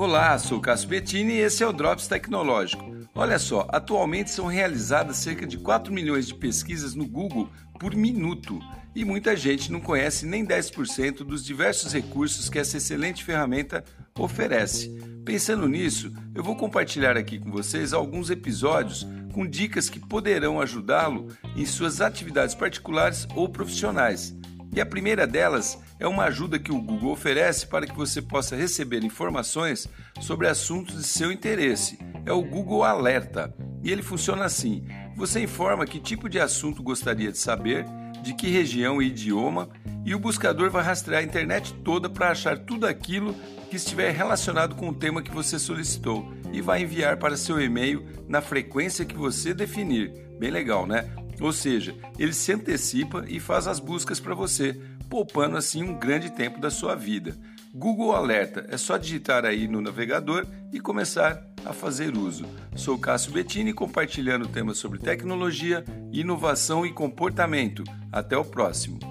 Olá, sou Cássio Bettini e esse é o Drops Tecnológico. Olha só, atualmente são realizadas cerca de 4 milhões de pesquisas no Google por minuto e muita gente não conhece nem 10% dos diversos recursos que essa excelente ferramenta oferece. Pensando nisso, eu vou compartilhar aqui com vocês alguns episódios com dicas que poderão ajudá-lo em suas atividades particulares ou profissionais. E a primeira delas é uma ajuda que o Google oferece para que você possa receber informações sobre assuntos de seu interesse. É o Google Alerta. E ele funciona assim: você informa que tipo de assunto gostaria de saber, de que região e idioma, e o buscador vai rastrear a internet toda para achar tudo aquilo que estiver relacionado com o tema que você solicitou e vai enviar para seu e-mail na frequência que você definir. Bem legal, né? Ou seja, ele se antecipa e faz as buscas para você, poupando assim um grande tempo da sua vida. Google Alerta, é só digitar aí no navegador e começar a fazer uso. Sou Cássio Bettini, compartilhando temas sobre tecnologia, inovação e comportamento. Até o próximo.